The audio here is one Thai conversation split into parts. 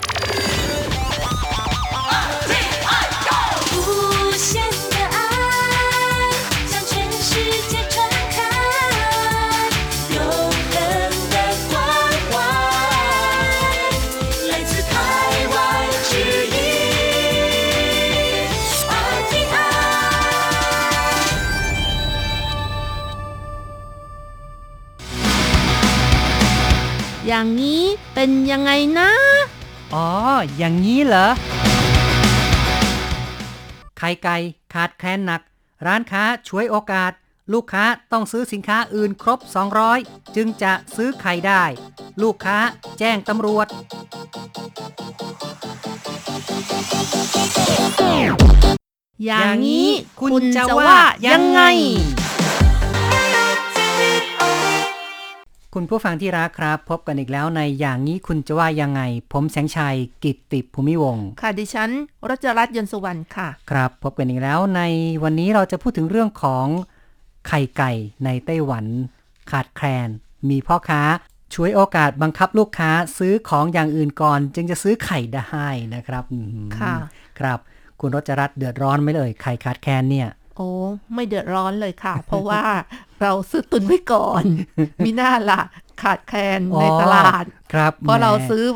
อย่างนี้เป็นยังไงนะอ๋ออย่างนี้เหรอไข่ไก่ขาดแคลนหนักร้านค้าฉวยโอกาสลูกค้าต้องซื้อสินค้าอื่นครบ200จึงจะซื้อไข่ได้ลูกค้าแจ้งตำรวจอย่างนี้คุณจะว่ายังไงคุณผู้ฟังที่รักครับพบกันอีกแล้วในอย่างนี้คุณจะว่ายังไงผมแสงชัยกิตติภูมิวงศ์ค่ะดิฉันรัชรัตน์ยนต์สุวรรณค่ะครับพบกันอีกแล้วในวันนี้เราจะพูดถึงเรื่องของไข่ไก่ในไต้หวันขาดแคลนมีพ่อค้าฉวยโอกาสบังคับลูกค้าซื้อของอย่างอื่นก่อนจึงจะซื้อไข่ได้นะครับค่ะครับคุณรัชรัตน์เดือดร้อนไหมเลยไข่ขาดแคลนเนี่ยโอ้ไม่เดือดร้อนเลยค่ะ เพราะว่าเราซื้อตุนไว้ก่อนมีหน้าละขาดแคลนในตลาดครับเพราะเราซื้อไว้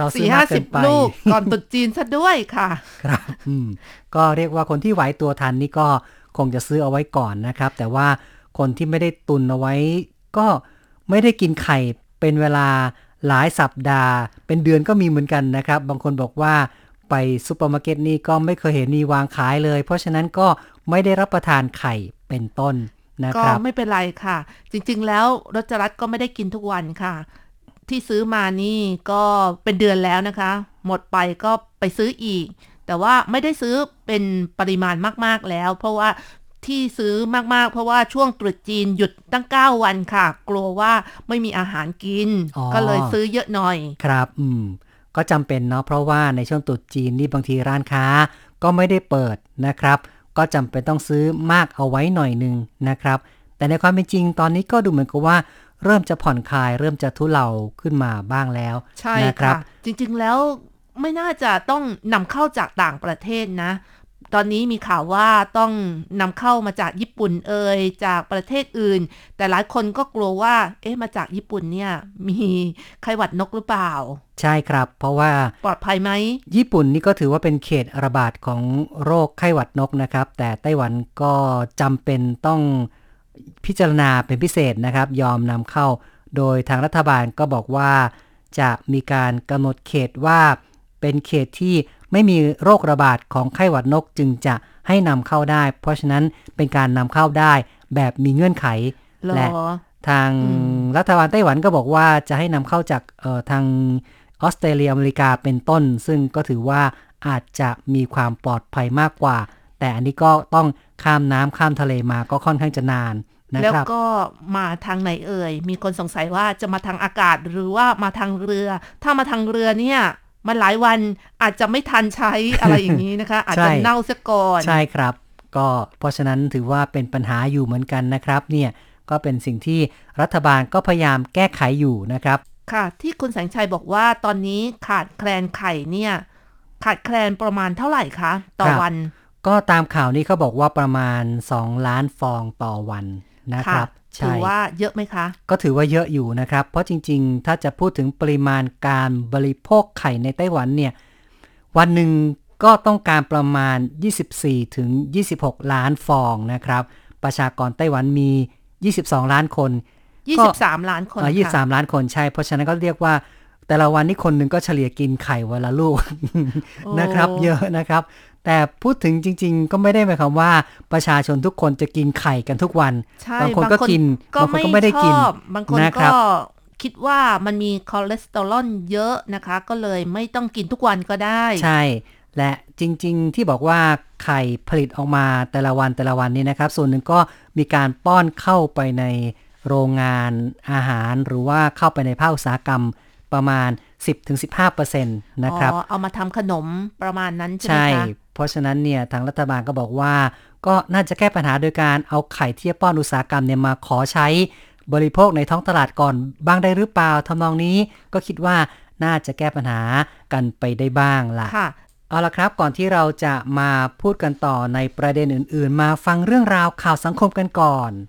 4-50 ลูกก่อนตรุษจีนซะด้วยค่ะครับก็เรียกว่าคนที่ไหวตัวทันนี่ก็คงจะซื้อเอาไว้ก่อนนะครับแต่ว่าคนที่ไม่ได้ตุนเอาไว้ก็ไม่ได้กินไข่เป็นเวลาหลายสัปดาห์เป็นเดือนก็มีเหมือนกันนะครับบางคนบอกว่าไปซุปเปอร์มาร์เก็ตนี่ก็ไม่เคยเห็นมีวางขายเลยเพราะฉะนั้นก็ไม่ได้รับประทานไข่เป็นต้นนะครับก็ไม่เป็นไรค่ะจริงๆแล้วรัชรัตน์ก็ไม่ได้กินทุกวันค่ะที่ซื้อมานี่ก็เป็นเดือนแล้วนะคะหมดไปก็ไปซื้ออีกแต่ว่าไม่ได้ซื้อเป็นปริมาณมากๆแล้วเพราะว่าที่ซื้อมากๆเพราะว่าช่วงตรุษจีนหยุดตั้ง9วันค่ะกลัวว่าไม่มีอาหารกินก็เลยซื้อเยอะหน่อยครับก็จำเป็นเนาะเพราะว่าในช่วงตรุษจีนนี่บางทีร้านค้าก็ไม่ได้เปิดนะครับก็จำเป็นต้องซื้อมากเอาไว้หน่อยนึงนะครับแต่ในความเป็นจริงตอนนี้ก็ดูเหมือนกับว่าเริ่มจะผ่อนคลายเริ่มจะทุเลาขึ้นมาบ้างแล้วใช่ค่ะจริงๆแล้วไม่น่าจะต้องนำเข้าจากต่างประเทศนะตอนนี้มีข่าวว่าต้องนำเข้ามาจากญี่ปุ่นจากประเทศอื่นแต่หลายคนก็กลัวว่ามาจากญี่ปุ่นเนี่ยมีไข้หวัดนกหรือเปล่าใช่ครับเพราะว่าปลอดภัยไหมญี่ปุ่นนี่ก็ถือว่าเป็นเขตระบาดของโรคไข้หวัดนกนะครับแต่ไต้หวันก็จำเป็นต้องพิจารณาเป็นพิเศษนะครับยอมนำเข้าโดยทางรัฐบาลก็บอกว่าจะมีการกำหนดเขตว่าเป็นเขตที่ไม่มีโรคระบาดของไข้หวัดนกจึงจะให้นำเข้าได้เพราะฉะนั้นเป็นการนำเข้าได้แบบมีเงื่อนไขและทางรัฐบาลไต้หวันก็บอกว่าจะให้นำเข้าจากทางออสเตรเลียอเมริกาเป็นต้นซึ่งก็ถือว่าอาจจะมีความปลอดภัยมากกว่าแต่อันนี้ก็ต้องข้ามน้ำข้ามทะเลมาก็ค่อนข้างจะนานแล้วก็มาทางไหนมีคนสงสัยว่าจะมาทางอากาศหรือว่ามาทางเรือถ้ามาทางเรือเนี่ยมันหลายวันอาจจะไม่ทันใช้ อะไรอย่างนี้นะคะ อาจจะเน่าเสียก่อนใช่ครับก็เพราะฉะนั้นถือว่าเป็นปัญหาอยู่เหมือนกันนะครับเนี่ยก็เป็นสิ่งที่รัฐบาลก็พยายามแก้ไขอยู่นะครับค่ะที่คุณแสงชัยบอกว่าตอนนี้ขาดแคลนไข่เนี่ยขาดแคลนประมาณเท่าไหร่คะต่อวันก็ตามข่าวนี้เขาบอกว่าประมาณ2ล้านฟองต่อวันนะครับถือว่าเยอะไหมคะก็ถือว่าเยอะอยู่นะครับเพราะจริงๆถ้าจะพูดถึงปริมาณการบริโภคไข่ในไต้หวันเนี่ยวันหนึ่งก็ต้องการประมาณ24ถึง26ล้านฟองนะครับประชากรไต้หวันมี22ล้านคน 23ล้านคน 23ล้านคนใช่เพราะฉะนั้นก็เรียกว่าแต่ละวันนี้คนหนึ่งก็เฉลี่ยกินไข่วันละลูก นะครับเยอะนะครับแต่พูดถึงจริงๆก็ไม่ได้หมายความว่าประชาชนทุกคนจะกินไข่กันทุกวันบางคนก็กินบางคนก็ไม่ได้กินบางคนก็คิดว่ามันมีคอเลสเตอรอลเยอะนะคะก็เลยไม่ต้องกินทุกวันก็ได้ใช่และจริงๆที่บอกว่าไข่ผลิตออกมาแต่ละวันนี่นะครับส่วนหนึ่งก็มีการป้อนเข้าไปในโรงงานอาหารหรือว่าเข้าไปในภาคอุตสาหกรรมประมาณ 10-15% นะครับเอามาทำขนมประมาณนั้นใช่ไหมคะใช่เพราะฉะนั้นเนี่ยทางรัฐบาลก็บอกว่าก็น่าจะแก้ปัญหาโดยการเอาไข่ที่ป้อนอุตสาหกรรมเนี่ยมาขอใช้บริโภคในท้องตลาดก่อนบ้างได้หรือเปล่าทำนองนี้ก็คิดว่าน่าจะแก้ปัญหากันไปได้บ้างล่ะค่ะเอาละครับก่อนที่เราจะมาพูดกันต่อในประเด็นอื่นๆมาฟังเรื่องราวข่าวสังคมกันก่อน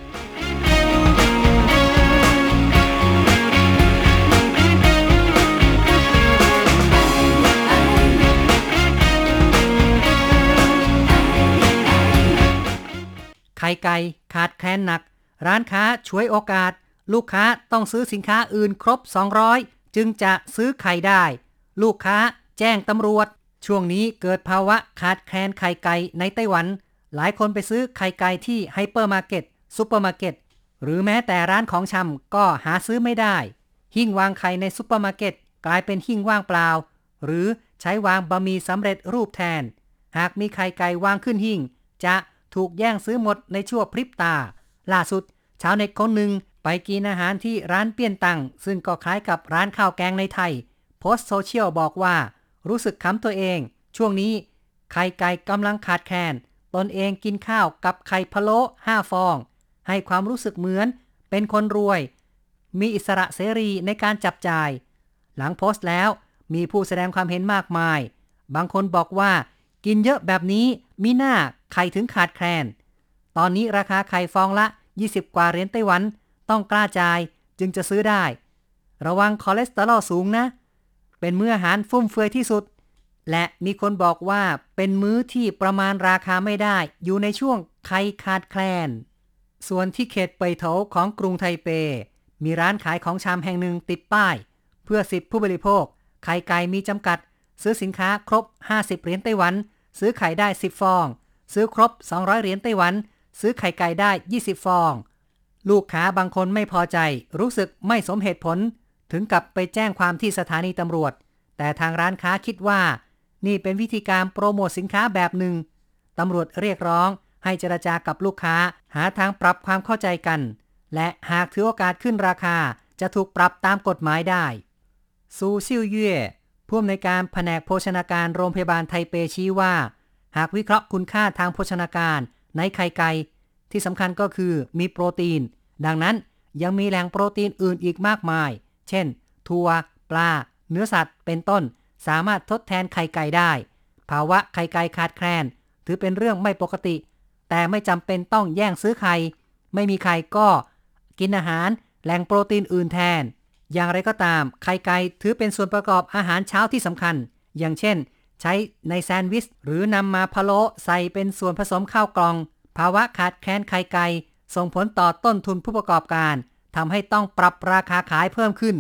ไข่ไก่ขาดแคลนหนักร้านค้าฉวยโอกาสลูกค้าต้องซื้อสินค้าอื่นครบ200จึงจะซื้อไข่ได้ลูกค้าแจ้งตำรวจช่วงนี้เกิดภาวะขาดแคลนไข่ไก่ในไต้หวันหลายคนไปซื้อไข่ไก่ที่ไฮเปอร์มาร์เก็ตซุปเปอร์มาร์เก็ตหรือแม้แต่ร้านของชำก็หาซื้อไม่ได้หิ้งวางไข่ในซุปเปอร์มาร์เก็ตกลายเป็นหิ้งว่างเปล่าหรือใช้วางบะหมี่สำเร็จรูปแทนหากมีไข่ไก่วางขึ้นหิ้งจะถูกแย่งซื้อหมดในชั่วพริบตาล่าสุดชาวเน็ตคนหนึ่งไปกินอาหารที่ร้านเปี้ยนตังซึ่งก็คล้ายกับร้านข้าวแกงในไทยโพสต์โซเชียลบอกว่ารู้สึกขำตัวเองช่วงนี้ไข่ไก่กำลังขาดแคลนตนเองกินข้าวกับไข่พะโล้5ฟองให้ความรู้สึกเหมือนเป็นคนรวยมีอิสระเสรีในการจับจ่ายหลังโพสต์แล้วมีผู้แสดงความเห็นมากมายบางคนบอกว่ากินเยอะแบบนี้มิน่าไข่ถึงขาดแคลนตอนนี้ราคาไข่ฟองละ20กว่าเหรียญไต้หวันต้องกล้าจ่ายจึงจะซื้อได้ระวังคอเลสเตอรอลสูงนะเป็นมื้ออาหารฟุ่มเฟือยที่สุดและมีคนบอกว่าเป็นมื้อที่ประมาณราคาไม่ได้อยู่ในช่วงไข่ขาดแคลนส่วนที่เขตเป่ยโถของกรุงไทเปมีร้านขายของชำแห่งหนึ่งติดป้ายเพื่อสิทธิผู้บริโภคไข่ไก่มีจำกัดซื้อสินค้าครบ50เหรียญไต้หวันซื้อไข่ได้10ฟองซื้อครบ200เหรียญไต้หวันซื้อไข่ไก่ได้20ฟองลูกค้าบางคนไม่พอใจรู้สึกไม่สมเหตุผลถึงกับไปแจ้งความที่สถานีตำรวจแต่ทางร้านค้าคิดว่านี่เป็นวิธีการโปรโมทสินค้าแบบหนึ่งตำรวจเรียกร้องให้เจรจากับลูกค้าหาทางปรับความเข้าใจกันและหากถือโอกาสขึ้นราคาจะถูกปรับตามกฎหมายได้ซูซิ่วเย่ผู้อำนวยการแผนกโภชนาการโรงพยาบาลไทเปชี้ว่าหากวิเคราะห์คุณค่าทางโภชนาการในไข่ไก่ที่สำคัญก็คือมีโปรตีนดังนั้นยังมีแหล่งโปรตีนอื่นอีกมากมายเช่นถั่วปลาเนื้อสัตว์เป็นต้นสามารถทดแทนไข่ไก่ได้ภาวะไข่ไก่ขาดแคลนถือเป็นเรื่องไม่ปกติแต่ไม่จำเป็นต้องแย่งซื้อไข่ไม่มีไข่ก็กินอาหารแหล่งโปรตีนอื่นแทนอย่างไรก็ตามไข่ไก่ถือเป็นส่วนประกอบอาหารเช้าที่สำคัญอย่างเช่นใช้ในแซนด์วิชหรือนำมาพะโล้ใส่เป็นส่วนผสมข้าวกล่องภาวะขาดแคลนไข่ไก่ส่งผลต่อต้นทุนผู้ประกอบการทำให้ต้องปรับราคาขายเพิ่มขึ้น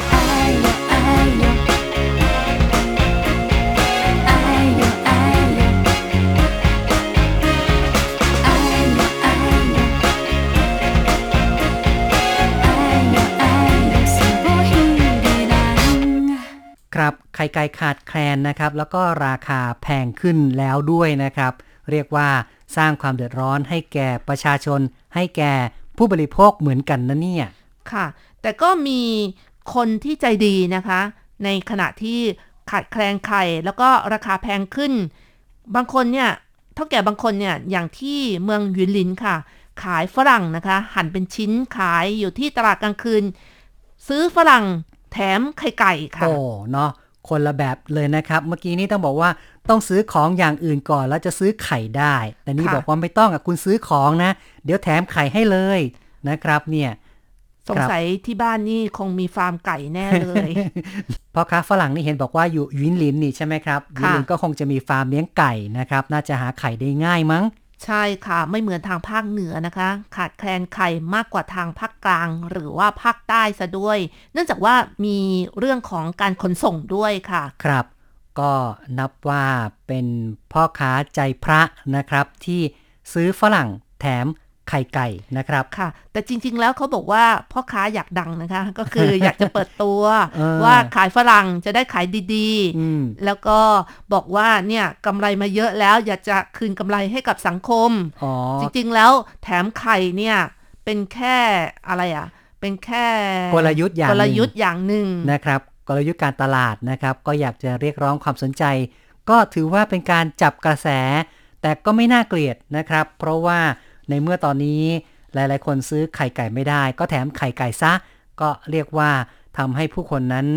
ครับไข่ไก่ขาดแคลนนะครับแล้วก็ราคาแพงขึ้นแล้วด้วยนะครับเรียกว่าสร้างความเดือดร้อนให้แก่ประชาชนให้แก่ผู้บริโภคเหมือนกันนะเนี่ยค่ะแต่ก็มีคนที่ใจดีนะคะในขณะที่ขาดแคลนไข่แล้วก็ราคาแพงขึ้นบางคนเนี่ยเท่าแก่บางคนเนี่ยอย่างที่เมืองหยุนหลินค่ะขายฝรั่งนะคะหั่นเป็นชิ้นขายอยู่ที่ตลาดกลางคืนซื้อฝรั่งแถมไข่ไก่ค่ะโอ้เนาะคนละแบบเลยนะครับเมื่อกี้นี้ต้องบอกว่าต้องซื้อของอย่างอื่นก่อนแล้วจะซื้อไข่ได้แต่นี่บอกว่าไม่ต้องคุณซื้อของนะเดี๋ยวแถมไข่ให้เลยนะครับเนี่ยสงสัยที่บ้านนี่คงมีฟาร์มไก่แน่เลยพ่อค้าฝรั่งนี่เห็นบอกว่าอยู่หยินหลินนี่ใช่ไหมครับหยินหลินก็คงจะมีฟาร์มเลี้ยงไก่นะครับน่าจะหาไข่ได้ง่ายมั้งใช่ค่ะไม่เหมือนทางภาคเหนือนะคะขาดแคลนไข่มากกว่าทางภาคกลางหรือว่าภาคใต้ซะด้วยเนื่องจากว่ามีเรื่องของการขนส่งด้วยค่ะครับก็นับว่าเป็นพ่อค้าใจพระนะครับที่ซื้อฝรั่งแถมไข่ไก่นะครับค่ะแต่จริงๆแล้วเขาบอกว่าพ่อค้าอยากดังนะคะก็คืออยากจะเปิดตัวว่าขายฝรั่งจะได้ขายดีๆแล้วก็บอกว่าเนี่ยกำไรมาเยอะแล้วอยากจะคืนกำไรให้กับสังคมจริงๆแล้วแถมไข่เนี่ยเป็นแค่อะไรอ่ะเป็นแค่กลยุทธ์อย่างหนึ่งนะครับกลยุทธ์การตลาดนะครับก็อยากจะเรียกร้องความสนใจก็ถือว่าเป็นการจับกระแสแต่ก็ไม่น่าเกลียดนะครับเพราะว่าในเมื่อตอนนี้หลายๆคนซื้อไข่ไก่ไม่ได้ก็แถมไข่ไก่ซะก็เรียกว่าทำให้ผู้คนนั้น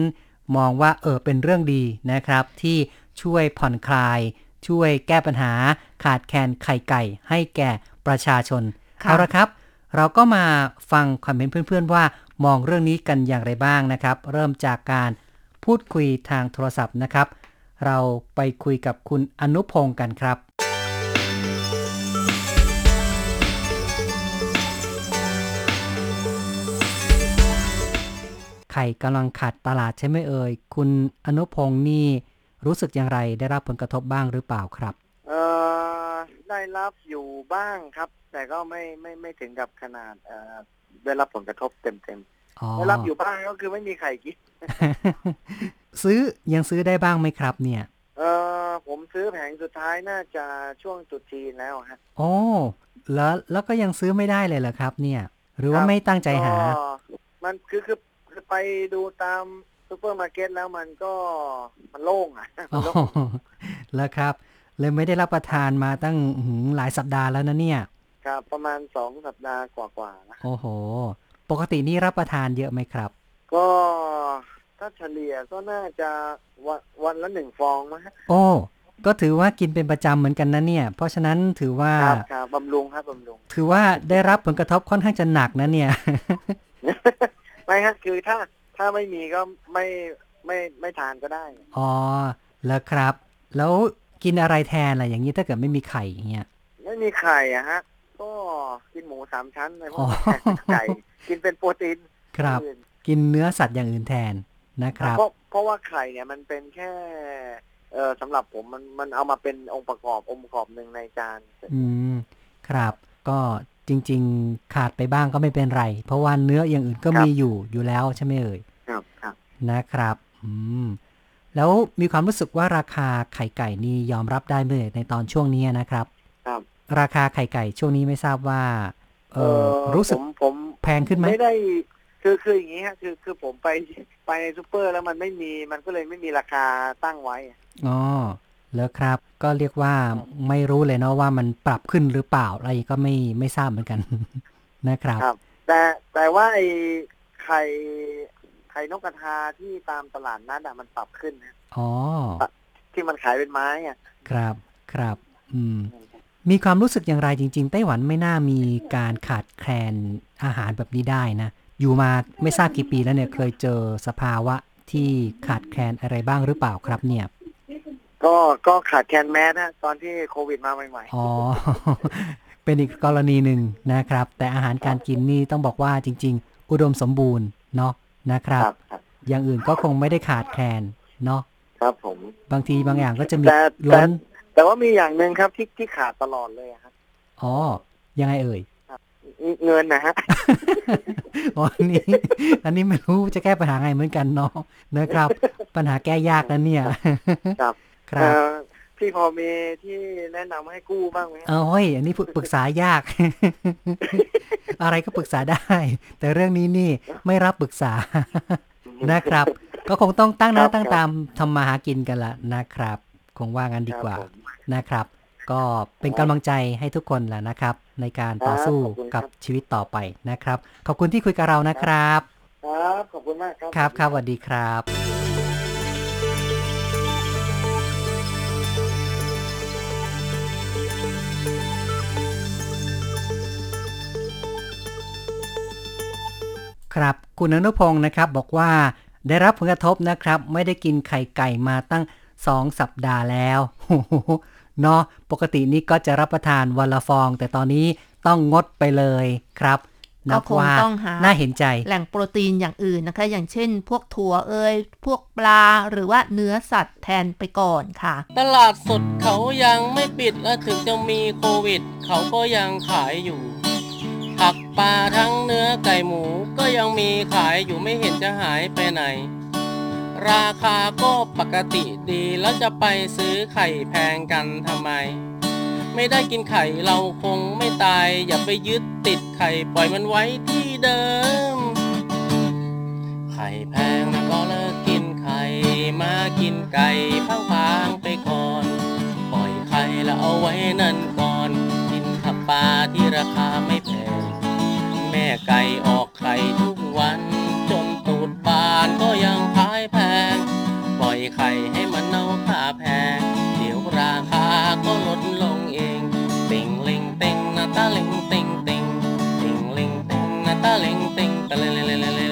มองว่าเป็นเรื่องดีนะครับที่ช่วยผ่อนคลายช่วยแก้ปัญหาขาดแคลนไข่ไก่ให้แก่ประชาชนเอาละครับเราก็มาฟังความเห็นเพื่อนๆว่ามองเรื่องนี้กันอย่างไรบ้างนะครับเริ่มจากการพูดคุยทางโทรศัพท์นะครับเราไปคุยกับคุณอนุพงศ์กันครับไข่กำลังขาดตลาดใช่ไหมเอ่ยคุณอนุพงศ์นี่รู้สึกอย่างไรได้รับผลกระทบบ้างหรือเปล่าครับได้รับอยู่บ้างครับแต่ก็ไม่ถึงกับขนาดได้รับผลกระทบเต็มได้รับอยู่บ้างก็คือไม่มีไข่กินยังซื้อได้บ้างไหมครับเนี่ยผมซื้อแผงสุดท้ายน่าจะช่วงตรุษจีนแล้วฮะโอ้แล้วก็ยังซื้อไม่ได้เลยเหรอครับเนี่ยหรือว่าไม่ตั้งใจหามันคือไปดูตามซูเปอร์มาร์เก็ตแล้วมันโล่งอ่ะแล้วครับเลยไม่ได้รับประทานมาตั้งหลายสัปดาห์แล้วนะเนี่ยครับประมาณ2 สัปดาห์กว่าๆนะโอ้โหปกตินี่รับประทานเยอะไหมครับก็ถ้าเฉลี่ยก็น่าจะวันละ1 ฟองมั้งฮะโอ้ก็ถือว่ากินเป็นประจำเหมือนกันนะเนี่ยเพราะฉะนั้นถือว่าครับบำรุงครับบำรุงถือว่าได้รับผลกระทบค่อนข้างจะหนักนะเนี่ยไม่ฮะคือถ้าไม่มีก็ไม่ทานก็ได้อ๋อแล้วครับแล้วกินอะไรแทนล่ะอย่างนี้ถ้าเกิดไม่มีไข่อย่างเงี้ยไม่มีไข่อะฮะก็กินหมู3 ชั้นอะไรพวกไก่กินเป็นโปรตีนครับกินเนื้อสัตว์อย่างอื่นแทนนะครับเพราะว่าไข่เนี่ยมันเป็นแค่สำหรับผมมันเอามาเป็นองค์ประกอบหนึ่งในจานครับก็จริงๆขาดไปบ้างก็ไม่เป็นไรเพราะว่าเนื้ออย่างอื่นก็มีอยู่แล้วใช่ไหมเอ่ยครับนะครับแล้วมีความรู้สึกว่าราคาไข่ไก่นี่ยอมรับได้ไหมในตอนช่วงนี้นะครับครับราคาไข่ไก่ช่วงนี้ไม่ทราบว่ารู้สึกผมแพงขึ้นไหมไม่ได้คืออย่างนี้ฮะคือผมไปในซูเปอร์แล้วมันก็เลยไม่มีราคาตั้งไว้อ๋อแล้วครับก็เรียกว่าไม่รู้เลยเนาะว่ามันปรับขึ้นหรือเปล่าอะไรก็ไม่ทราบเหมือนกันนะครับครับแต่ว่าไอ้ไข่นกกระทาที่ตามตลาดนัดมันปรับขึ้นนะอ๋อที่มันขายเป็นไม้อ่ะครับมีความรู้สึกอย่างไรจริงๆไต้หวันไม่น่ามีการขาดแคลนอาหารแบบนี้ได้นะอยู่มาไม่ทราบกี่ปีแล้วเนี่ยเคยเจอสภาวะที่ขาดแคลนอะไรบ้างหรือเปล่าครับเนี่ยก็ขาดแคลนแมสนะตอนที่โควิดมาใหม่ๆอ๋อ เป็นอีกกรณีหนึ่งนะครับแต่อาหารการกินนี่ต้องบอกว่าจริงๆอุดมสมบูรณ์เนาะนะครับอย่างอื่นก็คงไม่ได้ขาดแคลนเนาะครับผมบางทีบางอย่างก็จะมีล้นแต่ว่ามีอย่างนึงครับที่ขาดตลอดเลยครับอ๋อยังไงเอ่ยเงินนะฮะอ๋ออันนี้ไม่รู้จะแก้ปัญหาไงเหมือนกันเนาะนะครับปัญหาแก้ยากนะเนี่ยครับพี่พอมีที่แนะนำให้กู้บ้างไหมอันนี้ปรึกษายาก อะไรก็ปรึกษาได้แต่เรื่องนี้นี่ไม่รับปรึกษานะครับก็คงต้องตั้งหน้าตั้งตามทำมาหากินกันละนะครับคงว่างั้นดีกว่านะครับก็เป็นกำลังใจให้ทุกคนแหละนะครับในการต่อสู้กับชีวิตต่อไปนะครับขอบคุณที่คุยกับเรานะครับครับขอบคุณมากครับครับสวัสดีครับครับคุณอนุพงศ์นะครับบอกว่าได้รับผลกระทบนะครับไม่ได้กินไข่ไก่มาตั้ง2 สัปดาห์แล้วเนาะปกตินี่ก็จะรับประทานวันละฟองแต่ตอนนี้ต้องงดไปเลยครับก็คงต้องหาน่าเห็นใจแหล่งโปรตีนอย่างอื่นนะคะอย่างเช่นพวกถั่วพวกปลาหรือว่าเนื้อสัตว์แทนไปก่อนค่ะตลาดสดเขายังไม่ปิดและถึงจะมีโควิดเขาก็ยังขายอยู่ผักปลาทั้งเนื้อไก่หมูก็ยังมีขายอยู่ไม่เห็นจะหายไปไหนราคาก็ปกติดีแล้วจะไปซื้อไข่แพงกันทำไมไม่ได้กินไข่เราคงไม่ตายอย่าไปยึดติดไข่ปล่อยมันไว้ที่เดิมไข่แพงก็เลิกกินไข่มากินไก่พางๆไปก่อนปล่อยไข่แล้วเอาไว้นั่นก่อนกินผักปลาที่ราคาไม่แพงแม่ไก่ออกไข่ทุกวันจนตูดบานก็ยังขายแพงปล่อยไข่ให้มันเอาค่าแพงเดี๋ยวราคาก็ลดลงเองติงลิงติงนาตาลิงติงติงติงลิงติงนาตาลิงติงตะเลเลเลเลเล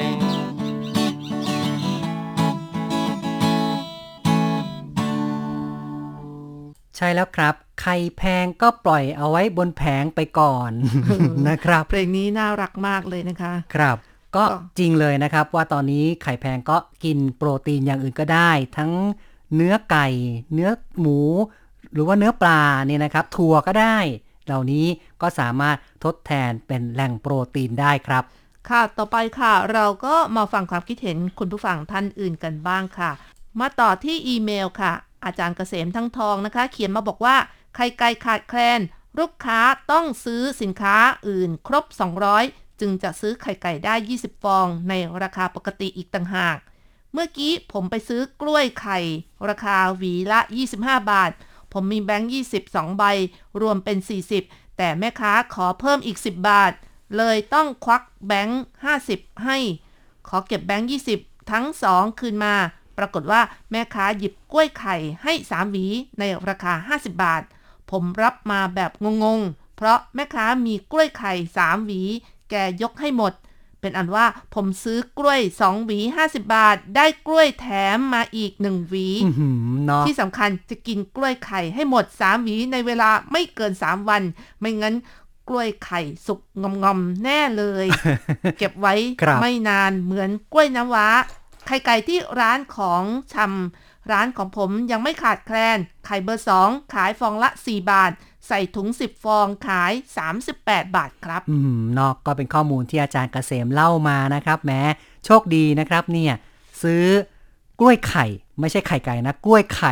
ใช่แล้วครับไข่แพงก็ปล่อยเอาไว้บนแผงไปก่อน นะครับเพลงนี้น่ารักมากเลยนะคะครับก็จริงเลยนะครับว่าตอนนี้ไข่แพงก็กินโปรตีนอย่างอื่นก็ได้ทั้งเนื้อไก่เนื้อหมูหรือว่าเนื้อปลาเนี่ยนะครับถั่วก็ได้เหล่านี้ก็สามารถทดแทนเป็นแหล่งโปรตีนได้ครับค่ะต่อไปค่ะเราก็มาฟังความคิดเห็นคุณผู้ฟังท่านอื่นกันบ้างค่ะมาต่อที่อีเมลค่ะอาจารย์เกษมทั้งทองนะคะเขียนมาบอกว่าไข่ไก่ขาดแคลนลูกค้าต้องซื้อสินค้าอื่นครบ200จึงจะซื้อไข่ไก่ได้20ฟองในราคาปกติอีกต่างหากเมื่อกี้ผมไปซื้อกล้วยไข่ราคาหวีละ25บาทผมมีแบงค์20 2ใบรวมเป็น40แต่แม่ค้าขอเพิ่มอีก10บาทเลยต้องควักแบงค์50ให้ขอเก็บแบงค์20ทั้ง2คืนมาปรากฏว่าแม่ค้าหยิบกล้วยไข่ให้3หวีในราคา50บาทผมรับมาแบบงงๆเพราะแม่ค้ามีกล้วยไข่3หวีแกยกให้หมดเป็นอันว่าผมซื้อกล้วย2หวี50บาทได้กล้วยแถมมาอีก1หวีที่สำคัญจะกินกล้วยไข่ให้หมด3หวีในเวลาไม่เกิน3วันไม่งั้นกล้วยไข่สุกงอมๆแน่เลย เก็บไว้ไม่นานเหมือนกล้วยน้ำว้าไข่ไก่ที่ร้านของชำร้านของผมยังไม่ขาดแคลนไข่เบอร์2ขายฟองละ4บาทใส่ถุง10ฟองขาย38บาทครับนอกก็เป็นข้อมูลที่อาจารย์เกษมเล่ามานะครับแม้โชคดีนะครับเนี่ยซื้อกล้วยไข่ไม่ใช่ไข่ไก่นะกล้วยไข่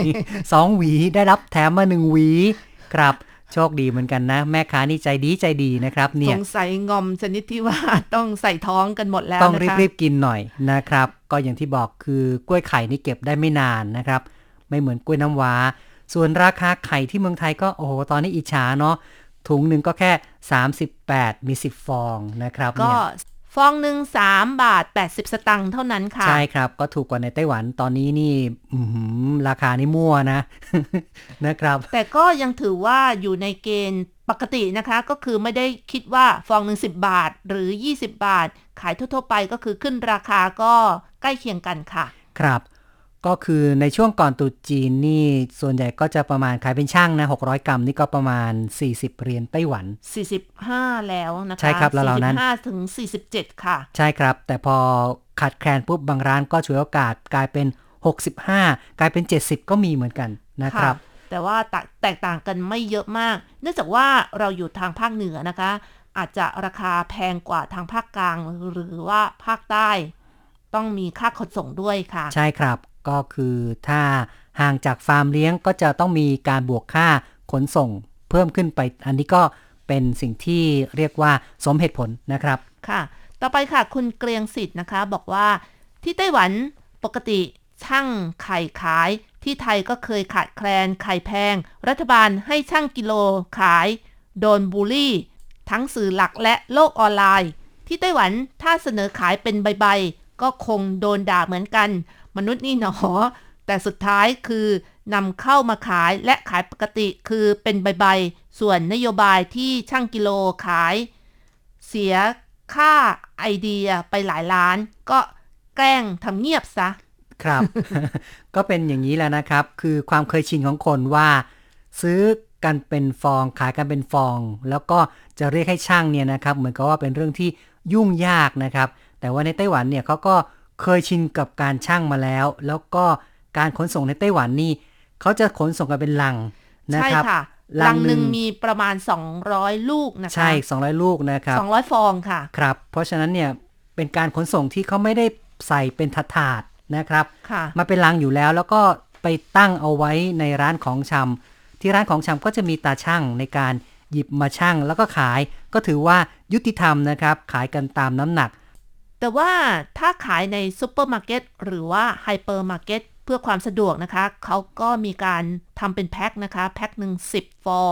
2หวีได้รับแถมมา1หวีครับโชคดีเหมือนกันนะแม่ค้านี่ใจดีนะครับเนี่ยสงสัยงอมชนิดที่ว่าต้องใส่ท้องกันหมดแล้วต้องรีบกินหน่อยนะครับก็อย่างที่บอกคือกล้วยไข่นี่เก็บได้ไม่นานนะครับไม่เหมือนกล้วยน้ำว้าส่วนราคาไข่ที่เมืองไทยก็โอ้โหตอนนี้อิจฉาเนาะถุงหนึ่งก็แค่38มี10ฟองนะครับก็ฟองหนึ่ง3บาท80สตางค์เท่านั้นค่ะใช่ครับก็ถูกกว่าในไต้หวันตอนนี้นี่ราคานี่มั่วนะ นะครับแต่ก็ยังถือว่าอยู่ในเกณฑ์ปกตินะคะก็คือไม่ได้คิดว่าฟองหนึ่ง10บาทหรือ20บาทขายทั่วๆไปก็คือขึ้นราคาก็ใกล้เคียงกันค่ะครับก็คือในช่วงก่อนตรุษจีนนี่ส่วนใหญ่ก็จะประมาณขายเป็นช่างนะ600กรัมนี่ก็ประมาณ40เหรียญไต้หวัน 45แล้วนะคะใช่ครับแล้วนั้น 45ถึง47ค่ะใช่ครับแต่พอขาดแคลนปุ๊บบางร้านก็ฉวยโอกาสกลายเป็น65กลายเป็น70ก็มีเหมือนกันนะครับแต่ว่าแตกต่างกันไม่เยอะมากเนื่องจากว่าเราอยู่ทางภาคเหนือนะคะอาจจะราคาแพงกว่าทางภาคกลางหรือว่าภาคใต้ต้องมีค่าขนส่งด้วยค่ะใช่ครับก็คือถ้าห่างจากฟาร์มเลี้ยงก็จะต้องมีการบวกค่าขนส่งเพิ่มขึ้นไปอันนี้ก็เป็นสิ่งที่เรียกว่าสมเหตุผลนะครับค่ะต่อไปค่ะคุณเกรียงสิทธิ์นะคะบอกว่าที่ไต้หวันปกติช่างไข่ขายที่ไทยก็เคยขาดแคลนไข่แพงรัฐบาลให้ช่างกิโลขายโดนบูลลี่ทั้งสื่อหลักและโลกออนไลน์ที่ไต้หวันถ้าเสนอขายเป็นใบๆก็คงโดนด่าเหมือนกันมนุษย์นี่หนอแต่สุดท้ายคือนำเข้ามาขายและขายปกติคือเป็นใบๆส่วนนโยบายที่ช่างกิโลขายเสียค่าไอเดียไปหลายล้านก็แกล้งทำเงียบซะครับ ก็เป็นอย่างนี้แหละนะครับคือความเคยชินของคนว่าซื้อกันเป็นฟองขายกันเป็นฟองแล้วก็จะเรียกให้ช่างเนี่ยนะครับเหมือนกับว่าเป็นเรื่องที่ยุ่งยากนะครับแต่ว่าในไต้หวันเนี่ยเขาก็เคยชินกับการชั่งมาแล้วก็การขนส่งในไต้หวันนี่เขาจะขนส่งกันเป็นลังนะครับใช่ค่ะลังหนึ่งมีประมาณ200ลูกนะคะใช่200ลูกนะครับ 200ฟองค่ะครับเพราะฉะนั้นเนี่ยเป็นการขนส่งที่เขาไม่ได้ใส่เป็นถาดนะครับมาเป็นลังอยู่แล้วก็ไปตั้งเอาไว้ในร้านของชำที่ร้านของชำก็จะมีตาชั่งในการหยิบมาชั่งแล้วก็ขายก็ถือว่ายุติธรรมนะครับขายกันตามน้ำหนักแต่ว่าถ้าขายในซุปเปอร์มาร์เก็ตหรือว่าไฮเปอร์มาร์เก็ตเพื่อความสะดวกนะคะเขาก็มีการทำเป็นแพ็คนะคะแพ็คหนึ่ง10ฟอง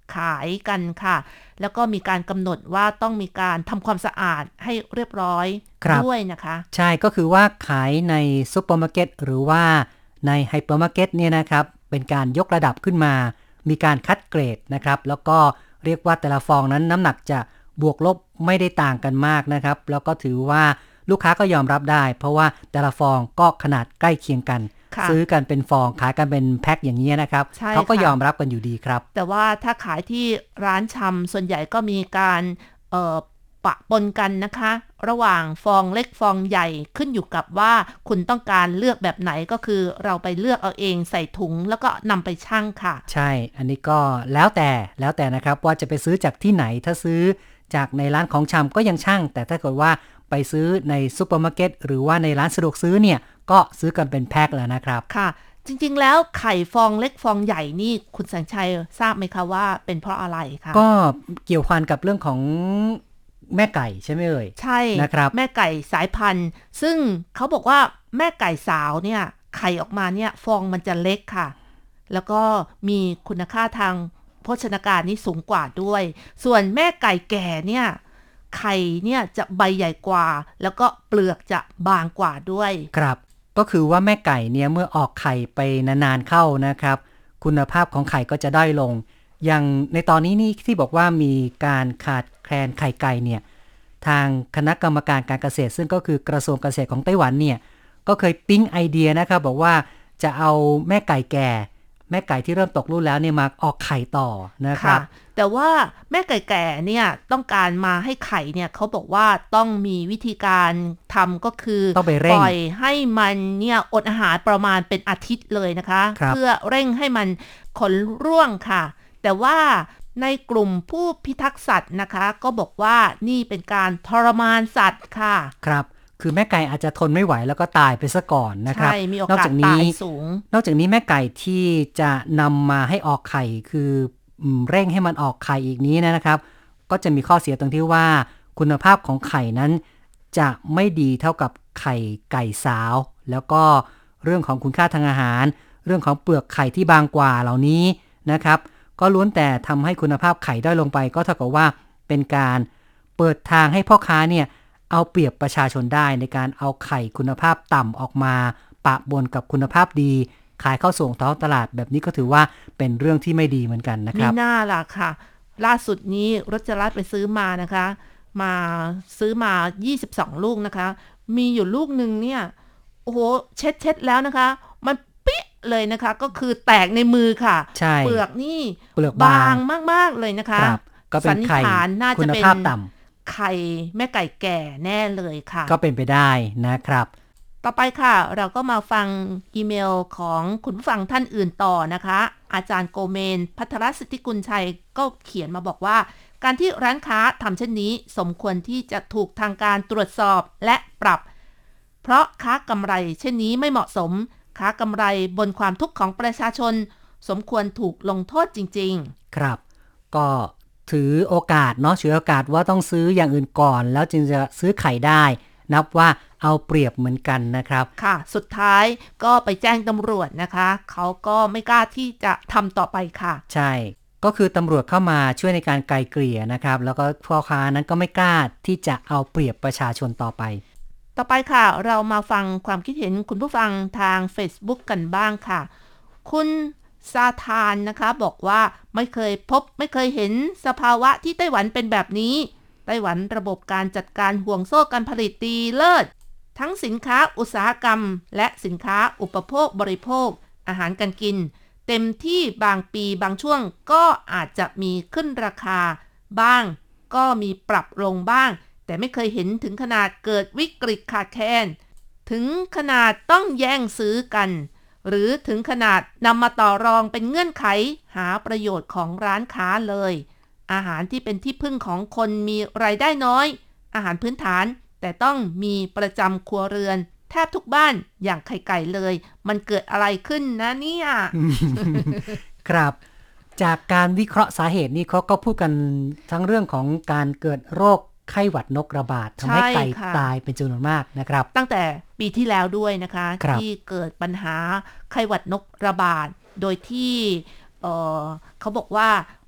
ขายกันค่ะแล้วก็มีการกำหนดว่าต้องมีการทำความสะอาดให้เรียบร้อยด้วยนะคะใช่ก็คือว่าขายในซุปเปอร์มาร์เก็ตหรือว่าในไฮเปอร์มาร์เก็ตเนี่ยนะครับเป็นการยกระดับขึ้นมามีการคัดเกรดนะครับแล้วก็เรียกว่าแต่ละฟองนั้นน้ำหนักจะบวกลบไม่ได้ต่างกันมากนะครับแล้วก็ถือว่าลูกค้าก็ยอมรับได้เพราะว่าแต่ละฟองก็ขนาดใกล้เคียงกันซื้อกันเป็นฟองขายกันเป็นแพ็คอย่างนี้นะครับเขาก็ยอมรับกันอยู่ดีครับแต่ว่าถ้าขายที่ร้านชำส่วนใหญ่ก็มีการปะปนกันนะคะระหว่างฟองเล็กฟองใหญ่ขึ้นอยู่กับว่าคุณต้องการเลือกแบบไหนก็คือเราไปเลือกเอาเองใส่ถุงแล้วก็นำไปชั่งค่ะใช่อันนี้ก็แล้วแต่นะครับว่าจะไปซื้อจากที่ไหนถ้าซื้อจากในร้านของชำก็ยังชั่งแต่ถ้าเกิดว่าไปซื้อในซุปเปอร์มาร์เก็ตหรือว่าในร้านสะดวกซื้อเนี่ยก็ซื้อกันเป็นแพ็คแล้วนะครับค่ะจริงๆแล้วไข่ฟองเล็กฟองใหญ่นี่คุณแสงชัยทราบไหมคะว่าเป็นเพราะอะไรคะก็เกี่ยวพันกับเรื่องของแม่ไก่ใช่ไหมเอ่ยใช่นะครับแม่ไก่สายพันธุ์ซึ่งเขาบอกว่าแม่ไก่สาวเนี่ยไข่ออกมาเนี่ยฟองมันจะเล็กค่ะแล้วก็มีคุณค่าทางโภชนาการนี่สูงกว่าด้วยส่วนแม่ไก่แก่เนี่ยไข่เนี่ยจะใบใหญ่กว่าแล้วก็เปลือกจะบางกว่าด้วยครับก็คือว่าแม่ไก่เนี่ยเมื่อออกไข่ไปนานๆเข้านะครับคุณภาพของไข่ก็จะด้อยลงอย่างในตอนนี้นี่ที่บอกว่ามีการขาดแคลนไข่ไก่เนี่ยทางคณะกรรมการการเกษตรซึ่งก็คือกระทรวงเกษตรของไต้หวันเนี่ยก็เคยปิ๊งไอเดียนะครับบอกว่าจะเอาแม่ไก่แก่แม่ไก่ที่เริ่มตกรุ่นแล้วเนี่ยมาออกไข่ต่อนะครับแต่ว่าแม่ไก่แก่เนี่ยต้องการมาให้ไข่เนี่ยเขาบอกว่าต้องมีวิธีการทำก็คือปล่อยให้มันเนี่ยอดอาหารประมาณเป็นอาทิตย์เลยนะคะเพื่อเร่งให้มันขนร่วงค่ะแต่ว่าในกลุ่มผู้พิทักษ์สัตว์นะคะก็บอกว่านี่เป็นการทรมานสัตว์ค่ะครับคือแม่ไก่อาจจะทนไม่ไหวแล้วก็ตายไปซะก่อนนะครับใช่มีโอกาสตายสูงนอกจากนี้แม่ไก่ที่จะนำมาให้ออกไข่คือเร่งให้มันออกไข่อีกนี้นะครับก็จะมีข้อเสียตรงที่ว่าคุณภาพของไข่นั้นจะไม่ดีเท่ากับไข่ไก่สาวแล้วก็เรื่องของคุณค่าทางอาหารเรื่องของเปลือกไข่ที่บางกว่าเหล่านี้นะครับก็ล้วนแต่ทำให้คุณภาพไข่ด้อยลงไปก็เท่ากับว่าเป็นการเปิดทางให้พ่อค้าเนี่ยเอาเปรียบประชาชนได้ในการเอาไข่คุณภาพต่ำออกมาปะปนกับคุณภาพดีขายเข้าส่งท้องตลาดแบบนี้ก็ถือว่าเป็นเรื่องที่ไม่ดีเหมือนกันนะครับมีหน้าล่ะค่ะล่าสุดนี้รจรัสไปซื้อมานะคะมาซื้อมา22ลูกนะคะมีอยู่ลูกนึงเนี่ยโอ้โหเช็ดแล้วนะคะมันปิ๊ะเลยนะคะก็คือแตกในมือค่ะเปลือกนี่บางมากๆเลยนะคะก็เป็นไข่คุณภาพต่ำไข่แม่ไก่แก่แน่เลยค่ะก็เป็นไปได้นะครับต่อไปค่ะเราก็มาฟังอีเมลของคุณผู้ฟังท่านอื่นต่อนะคะอาจารย์โกเมนภัทรสิทธิกุลชัยก็เขียนมาบอกว่าการที่ร้านค้าทำเช่นนี้สมควรที่จะถูกทางการตรวจสอบและปรับเพราะค้ากำไรเช่นนี้ไม่เหมาะสมค้ากำไรบนความทุกข์ของประชาชนสมควรถูกลงโทษจริงๆครับก็ถือโอกาสเนาะถือโอกาสว่าต้องซื้ออย่างอื่นก่อนแล้วจึงจะซื้อไข่ได้นับว่าเอาเปรียบเหมือนกันนะครับค่ะสุดท้ายก็ไปแจ้งตำรวจนะคะเขาก็ไม่กล้าที่จะทำต่อไปค่ะใช่ก็คือตำรวจเข้ามาช่วยในการไกลเกลี่ยนะครับแล้วก็พ่อค้านั้นก็ไม่กล้าที่จะเอาเปรียบประชาชนต่อไปค่ะเรามาฟังความคิดเห็นคุณผู้ฟังทาง Facebook กันบ้างค่ะคุณซาธานนะคะบอกว่าไม่เคยเห็นสภาวะที่ไต้หวันเป็นแบบนี้ไต้หวันระบบการจัดการห่วงโซ่การผลิตดีเลิศทั้งสินค้าอุตสาหกรรมและสินค้าอุปโภคบริโภคอาหารการกินเต็มที่บางปีบางช่วงก็อาจจะมีขึ้นราคาบ้างก็มีปรับลงบ้างแต่ไม่เคยเห็นถึงขนาดเกิดวิกฤตขาดแคลนถึงขนาดต้องแย่งซื้อกันหรือถึงขนาดนำมาต่อรองเป็นเงื่อนไขหาประโยชน์ของร้านค้าเลยอาหารที่เป็นที่พึ่งของคนมีรายได้น้อยอาหารพื้นฐานแต่ต้องมีประจำครัวเรือนแทบทุกบ้านอย่างไข่ไก่เลยมันเกิดอะไรขึ้นนะเนี่ยครับจากการวิเคราะห์สาเหตุนี่เขาก็พูดกันทั้งเรื่องของการเกิดโรคไข้หวัดนกระบาดทำให้ไก่ตายเป็นจำนวนมากนะครับตั้งแต่ปีที่แล้วด้วยนะคะที่เกิดปัญหาไข้หวัดนกระบาดโดยที่เขาบอกว่า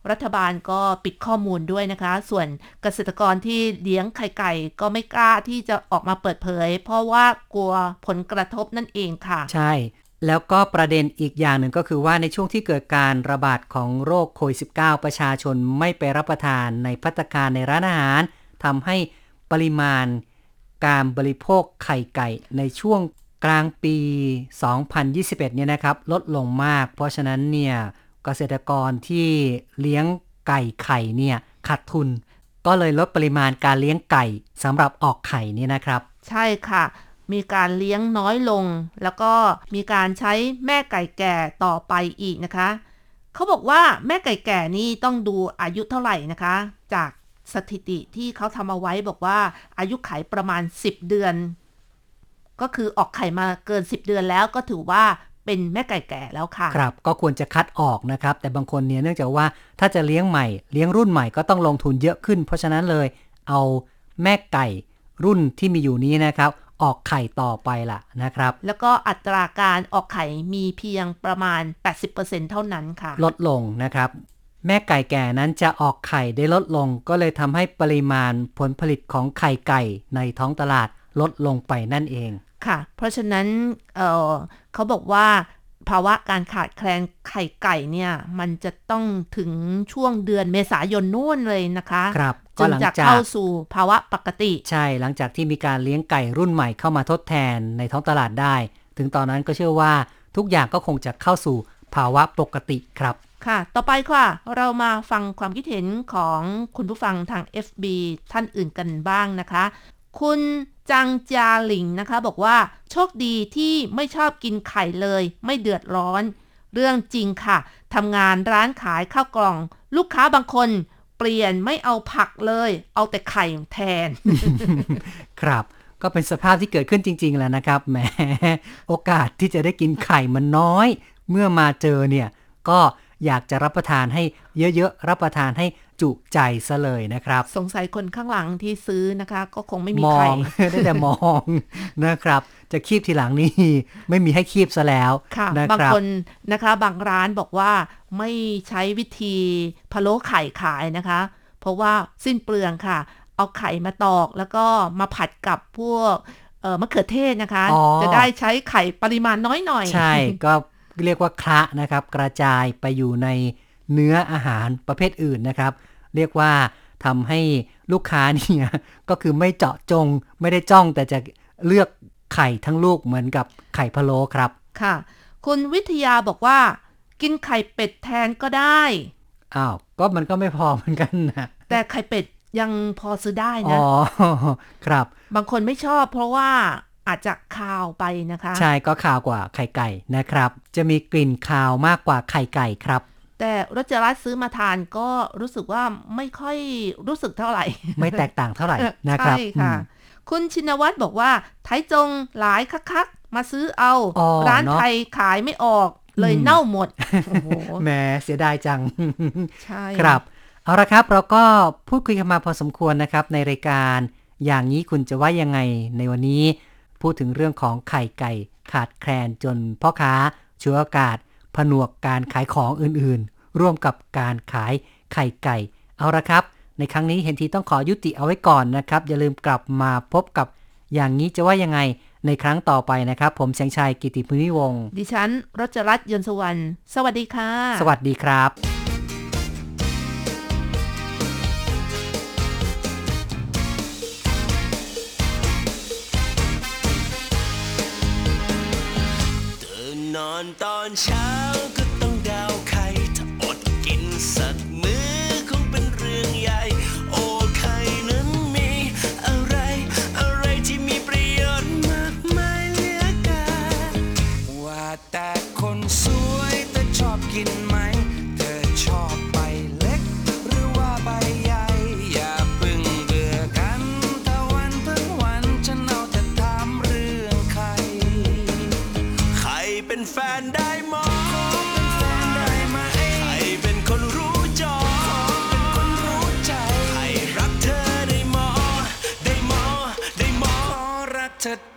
รัฐบาลก็ปิดข้อมูลด้วยนะคะส่วนเกษตรกรที่เลี้ยงไข่ไก่ก็ไม่กล้าที่จะออกมาเปิดเผยเพราะว่ากลัวผลกระทบนั่นเองค่ะใช่แล้วก็ประเด็นอีกอย่างหนึ่งก็คือว่าในช่วงที่เกิดการระบาดของโรคโควิด -19 ประชาชนไม่ไปรับประทานในภัตตาคารในร้านอาหารทำให้ปริมาณการบริโภคไข่ไก่ในช่วงกลางปี 2021 เนี่ยนะครับลดลงมากเพราะฉะนั้นเนี่ยเกษตรกรที่เลี้ยงไก่ไข่เนี่ยขาดทุนก็เลยลดปริมาณการเลี้ยงไก่สำหรับออกไข่นี่นะครับใช่ค่ะมีการเลี้ยงน้อยลงแล้วก็มีการใช้แม่ไก่แก่ต่อไปอีกนะคะเขาบอกว่าแม่ไก่แก่นี่ต้องดูอายุเท่าไหร่นะคะจากสถิติที่เขาทำเอาไว้บอกว่าอายุไขประมาณ10เดือนก็คือออกไข่มาเกิน10เดือนแล้วก็ถือว่าเป็นแม่ไก่แก่แล้วค่ะครับก็ควรจะคัดออกนะครับแต่บางคนเนี่ยเนื่องจากว่าถ้าจะเลี้ยงใหม่เลี้ยงรุ่นใหม่ก็ต้องลงทุนเยอะขึ้นเพราะฉะนั้นเลยเอาแม่ไก่รุ่นที่มีอยู่นี้นะครับออกไข่ต่อไปล่ะนะครับแล้วก็อัตราการออกไข่มีเพียงประมาณ 80% เท่านั้นค่ะลดลงนะครับแม่ไก่แก่นั้นจะออกไข่ได้ลดลงก็เลยทำให้ปริมาณผลผลิตของไข่ไก่ในท้องตลาดลดลงไปนั่นเองค่ะเพราะฉะนั้นเขาบอกว่าภาวะการขาดแคลนไข่ไก่เนี่ยมันจะต้องถึงช่วงเดือนเมษายนนู่นเลยนะคะครับจึงจะเข้าสู่ภาวะปกติใช่หลังจากที่มีการเลี้ยงไก่รุ่นใหม่เข้ามาทดแทนในท้องตลาดได้ถึงตอนนั้นก็เชื่อว่าทุกอย่างก็คงจะเข้าสู่ภาวะปกติครับค่ะต่อไปค่ะเรามาฟังความคิดเห็นของคุณผู้ฟังทาง FB ท่านอื่นกันบ้างนะคะคุณจังจาหลิงนะคะบอกว่าโชคดีที่ไม่ชอบกินไข่เลยไม่เดือดร้อนเรื่องจริงค่ะทำงานร้านขายข้าวกล่องลูกค้าบางคนเปลี่ยนไม่เอาผักเลยเอาแต่ไข่แทนครับก็เป็นสภาพที่เกิดขึ้นจริงๆแหละนะครับแหมโอกาสที่จะได้กินไข่มันน้อยเมื่อมาเจอเนี่ยก็อยากจะรับประทานให้เยอะๆรับประทานให้จุใจซะเลยนะครับสงสัยคนข้างหลังที่ซื้อนะคะก็คงไม่มีใครได้แต่มองนะครับจะคีบทีหลังนี่ไม่มีให้คีบซะแล้วค่ะบางคนนะคะบางร้านบอกว่าไม่ใช้วิธีพะโล้ไข่ขายนะคะเพราะว่าสิ้นเปลืองค่ะเอาไข่มาตอกแล้วก็มาผัดกับพวกมะเขือเทศนะคะจะได้ใช้ไข่ปริมาณน้อยหน่อยใช่ก็เรียกว่าคละนะครับกระจายไปอยู่ในเนื้ออาหารประเภทอื่นนะครับเรียกว่าทำให้ลูกค้าเนี่ยก็คือไม่เจาะจงไม่ได้จ้องแต่จะเลือกไข่ทั้งลูกเหมือนกับไข่พะโล้ครับค่ะคุณวิทยาบอกว่ากินไข่เป็ดแทนก็ได้อ้าวก็มันก็ไม่พอเหมือนกันนะแต่ไข่เป็ดยังพอซื้อได้นะอ๋อครับบางคนไม่ชอบเพราะว่าอาจจะคาวไปนะคะใช่ก็คาวกว่าไข่ไก่นะครับจะมีกลิ่นคาวมากกว่าไข่ไก่ครับแต่รัชรัตน์ซื้อมาทานก็รู้สึกว่าไม่ค่อยรู้สึกเท่าไหร่ไม่แตกต่างเท่าไหร่นะครับใช่ค่ะคุณชินวัตรบอกว่าไทจงหลายคักๆมาซื้อเอาร้านไทยขายไม่ออกเลยเน่าหมดแหมเสียดายจังใช่ครับเอาละครับเราก็พูดคุยกันมาพอสมควรนะครับในรายการอย่างนี้คุณจะว่ายังไงในวันนี้พูดถึงเรื่องของไข่ไก่ขาดแคลนจนพ่อค้าฉวยโอกาสผนวกการขายของอื่นๆร่วมกับการขายไข่ไก่เอาละครับในครั้งนี้เห็นทีต้องขอยุติเอาไว้ก่อนนะครับอย่าลืมกลับมาพบกับอย่างนี้จะว่ายังไงในครั้งต่อไปนะครับผมแสงชัยกิติภูมิวงศ์ดิฉันรัชรัตน์ยนต์สุวรรณสวัสดีค่ะสวัสดีครับนอนตอนเช้าก็ต้องดาวไข่ถ้าอดกินสักมื้อคงเป็นเรื่องใหญ่โอ้ไข่นั้นมีอะไรที่มีประโยชน์มากมายเหลือเกินว่าแต่คนสวยแต่ชอบกินไหมเธอชอบใบเล็กหรือว่าใบใหญ่อย่าเพิ่งเบื่อกันถ้าวันเพิ่งวันฉันเอาแต่ถามเรื่องไข่เป็นแฟนได้ไหมใครเป็นคนรู้จอเป็นคนรู้ใจใครรักเธอได้หมอรักเธอ